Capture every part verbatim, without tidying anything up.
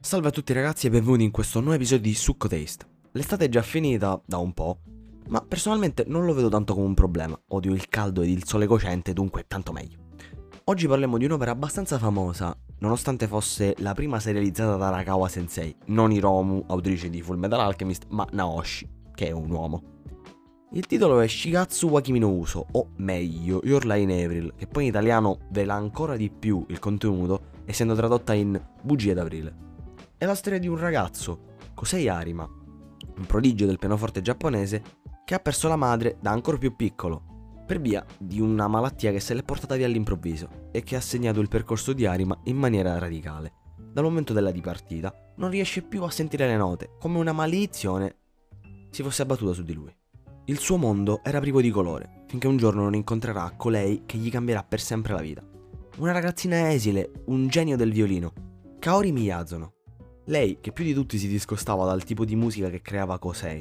Salve a tutti ragazzi e benvenuti in questo nuovo episodio di Succo Taste. L'estate è già finita da un po', ma personalmente non lo vedo tanto come un problema. Odio il caldo ed il sole cocente, dunque tanto meglio. Oggi parliamo di un'opera abbastanza famosa, nonostante fosse la prima serializzata da Arakawa Sensei, non Hiromu, autrice di Fullmetal Alchemist, ma Naoshi, che è un uomo. Il titolo è Shigatsu wa Kimi no Uso, o meglio, Your Lie in April, che poi in italiano vela ancora di più il contenuto, essendo tradotta in Bugie d'aprile. È la storia di un ragazzo, Kosei Arima, un prodigio del pianoforte giapponese, che ha perso la madre da ancora più piccolo, per via di una malattia che se l'è portata via all'improvviso e che ha segnato il percorso di Arima in maniera radicale. Dal momento della dipartita non riesce più a sentire le note, come una maledizione si fosse abbattuta su di lui. Il suo mondo era privo di colore, finché un giorno non incontrerà colei che gli cambierà per sempre la vita. Una ragazzina esile, un genio del violino, Kaori Miyazono. Lei, che più di tutti si discostava dal tipo di musica che creava Kosei,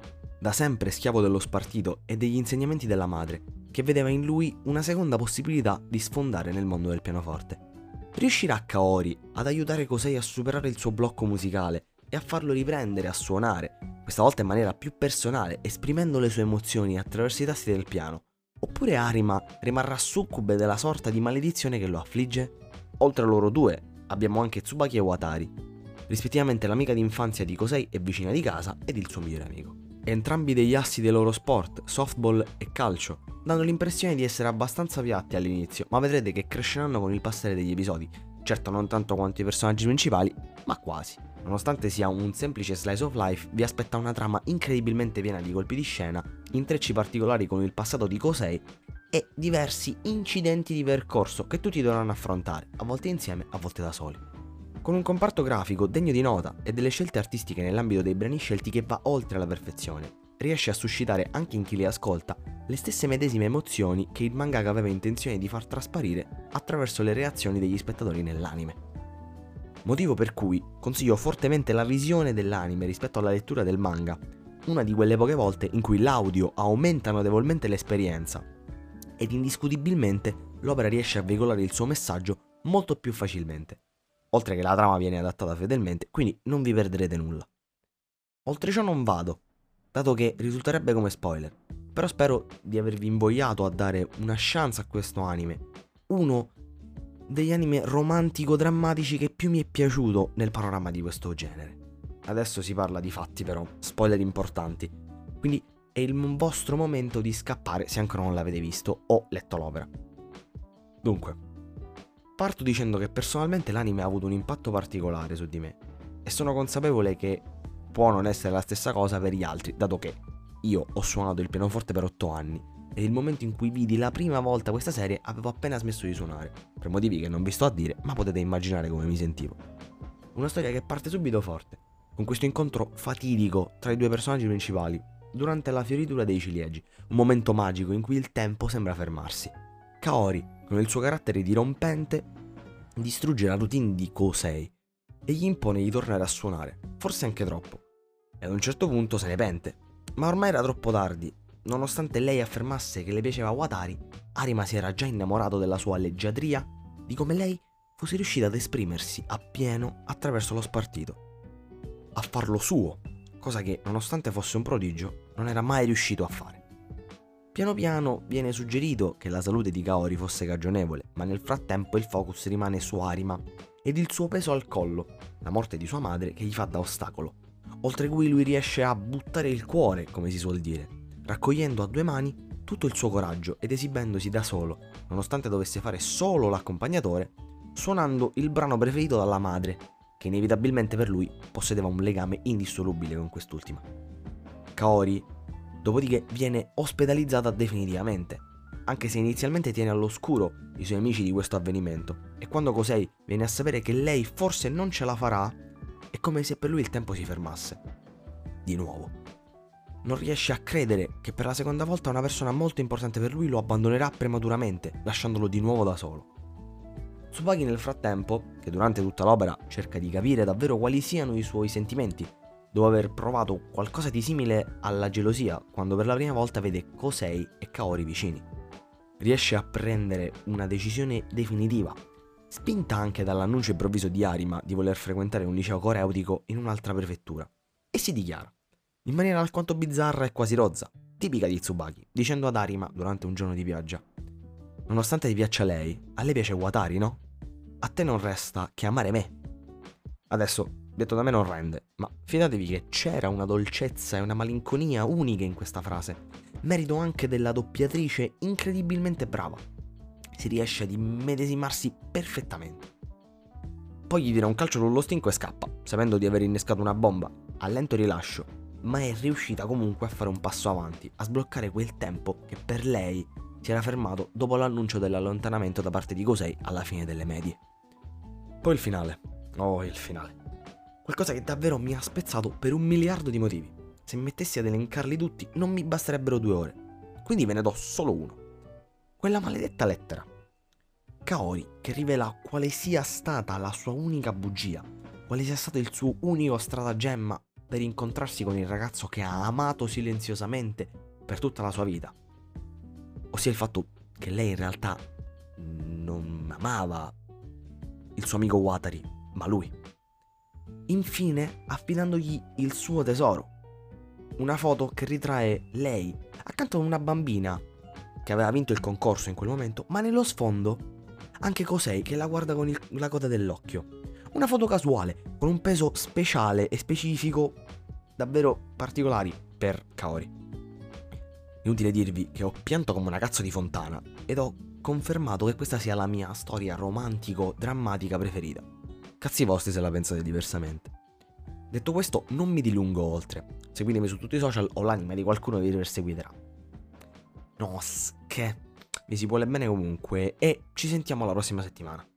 da sempre schiavo dello spartito e degli insegnamenti della madre, che vedeva in lui una seconda possibilità di sfondare nel mondo del pianoforte. Riuscirà Kaori ad aiutare Kosei a superare il suo blocco musicale e a farlo riprendere a suonare, questa volta in maniera più personale, esprimendo le sue emozioni attraverso i tasti del piano? Oppure Arima rimarrà succube della sorta di maledizione che lo affligge? Oltre a loro due, abbiamo anche Tsubaki e Watari, rispettivamente l'amica d'infanzia di Kosei e vicina di casa ed il suo migliore amico. Entrambi degli assi dei loro sport, softball e calcio, danno l'impressione di essere abbastanza piatti all'inizio, ma vedrete che cresceranno con il passare degli episodi, certo non tanto quanto i personaggi principali, ma quasi. Nonostante sia un semplice slice of life, vi aspetta una trama incredibilmente piena di colpi di scena, intrecci particolari con il passato di Kosei e diversi incidenti di percorso che tutti dovranno affrontare, a volte insieme, a volte da soli. Con un comparto grafico degno di nota e delle scelte artistiche nell'ambito dei brani scelti che va oltre la perfezione, riesce a suscitare anche in chi li ascolta le stesse medesime emozioni che il mangaka aveva intenzione di far trasparire attraverso le reazioni degli spettatori nell'anime. Motivo per cui consiglio fortemente la visione dell'anime rispetto alla lettura del manga, una di quelle poche volte in cui l'audio aumenta notevolmente l'esperienza ed indiscutibilmente l'opera riesce a veicolare il suo messaggio molto più facilmente. Oltre che la trama viene adattata fedelmente, quindi non vi perderete nulla. Oltre ciò non vado, dato che risulterebbe come spoiler, però spero di avervi invogliato a dare una chance a questo anime, uno degli anime romantico-drammatici che più mi è piaciuto nel panorama di questo genere. Adesso si parla di fatti però, spoiler importanti, quindi è il vostro momento di scappare se ancora non l'avete visto o letto l'opera. Dunque, parto dicendo che personalmente l'anime ha avuto un impatto particolare su di me e sono consapevole che può non essere la stessa cosa per gli altri, dato che io ho suonato il pianoforte per otto anni e il momento in cui vidi la prima volta questa serie avevo appena smesso di suonare, per motivi che non vi sto a dire, ma potete immaginare come mi sentivo. Una storia che parte subito forte, con questo incontro fatidico tra i due personaggi principali, durante la fioritura dei ciliegi, un momento magico in cui il tempo sembra fermarsi. Kaori, con il suo carattere dirompente, distrugge la routine di Kosei e gli impone di tornare a suonare, forse anche troppo. E ad un certo punto se ne pente, ma ormai era troppo tardi. Nonostante lei affermasse che le piaceva Watari, Arima si era già innamorato della sua leggiadria, di come lei fosse riuscita ad esprimersi appieno attraverso lo spartito, a farlo suo, cosa che, nonostante fosse un prodigio, non era mai riuscito a fare. Piano piano viene suggerito che la salute di Kaori fosse cagionevole, ma nel frattempo il focus rimane su Arima ed il suo peso al collo, la morte di sua madre che gli fa da ostacolo, oltre cui lui riesce a buttare il cuore, come si suol dire, raccogliendo a due mani tutto il suo coraggio ed esibendosi da solo, nonostante dovesse fare solo l'accompagnatore, suonando il brano preferito dalla madre, che inevitabilmente per lui possedeva un legame indissolubile con quest'ultima. Kaori dopodiché viene ospedalizzata definitivamente, anche se inizialmente tiene all'oscuro i suoi amici di questo avvenimento, e quando Kosei viene a sapere che lei forse non ce la farà, è come se per lui il tempo si fermasse. Di nuovo. Non riesce a credere che per la seconda volta una persona molto importante per lui lo abbandonerà prematuramente, lasciandolo di nuovo da solo. Tsubaki nel frattempo, che durante tutta l'opera cerca di capire davvero quali siano i suoi sentimenti, dopo aver provato qualcosa di simile alla gelosia quando per la prima volta vede Kosei e Kaori vicini. Riesce a prendere una decisione definitiva spinta anche dall'annuncio improvviso di Arima di voler frequentare un liceo coreutico in un'altra prefettura, e si dichiara, in maniera alquanto bizzarra e quasi rozza, tipica di Tsubaki, dicendo ad Arima durante un giorno di pioggia: nonostante ti piaccia lei, a lei piace Watari, no? A te non resta che amare me. Adesso, detto da me non rende, ma fidatevi che c'era una dolcezza e una malinconia uniche in questa frase, merito anche della doppiatrice incredibilmente brava. Si riesce ad immedesimarsi perfettamente. Poi gli tira un calcio sullo stinco e scappa, sapendo di aver innescato una bomba, a lento rilascio, ma è riuscita comunque a fare un passo avanti, a sbloccare quel tempo che per lei si era fermato dopo l'annuncio dell'allontanamento da parte di Kosei alla fine delle medie. Poi il finale. Oh, il finale. Qualcosa che davvero mi ha spezzato per un miliardo di motivi. Se mi mettessi ad elencarli tutti non mi basterebbero due ore. Quindi ve ne do solo uno. Quella maledetta lettera. Kaori che rivela quale sia stata la sua unica bugia, quale sia stato il suo unico stratagemma per incontrarsi con il ragazzo che ha amato silenziosamente per tutta la sua vita. Ossia il fatto che lei in realtà non amava il suo amico Watari, ma lui. Infine, affidandogli il suo tesoro. Una foto che ritrae lei accanto a una bambina che aveva vinto il concorso in quel momento, ma nello sfondo anche Kosei che la guarda con il, la coda dell'occhio. Una foto casuale, con un peso speciale e specifico davvero particolari per Kaori. Inutile dirvi che ho pianto come una cazzo di fontana ed ho confermato che questa sia la mia storia romantico-drammatica preferita. Cazzi vostri se la pensate diversamente. Detto questo, non mi dilungo oltre. Seguitemi su tutti i social o l'anima di qualcuno vi perseguiterà. No, che vi si vuole bene comunque e ci sentiamo la prossima settimana.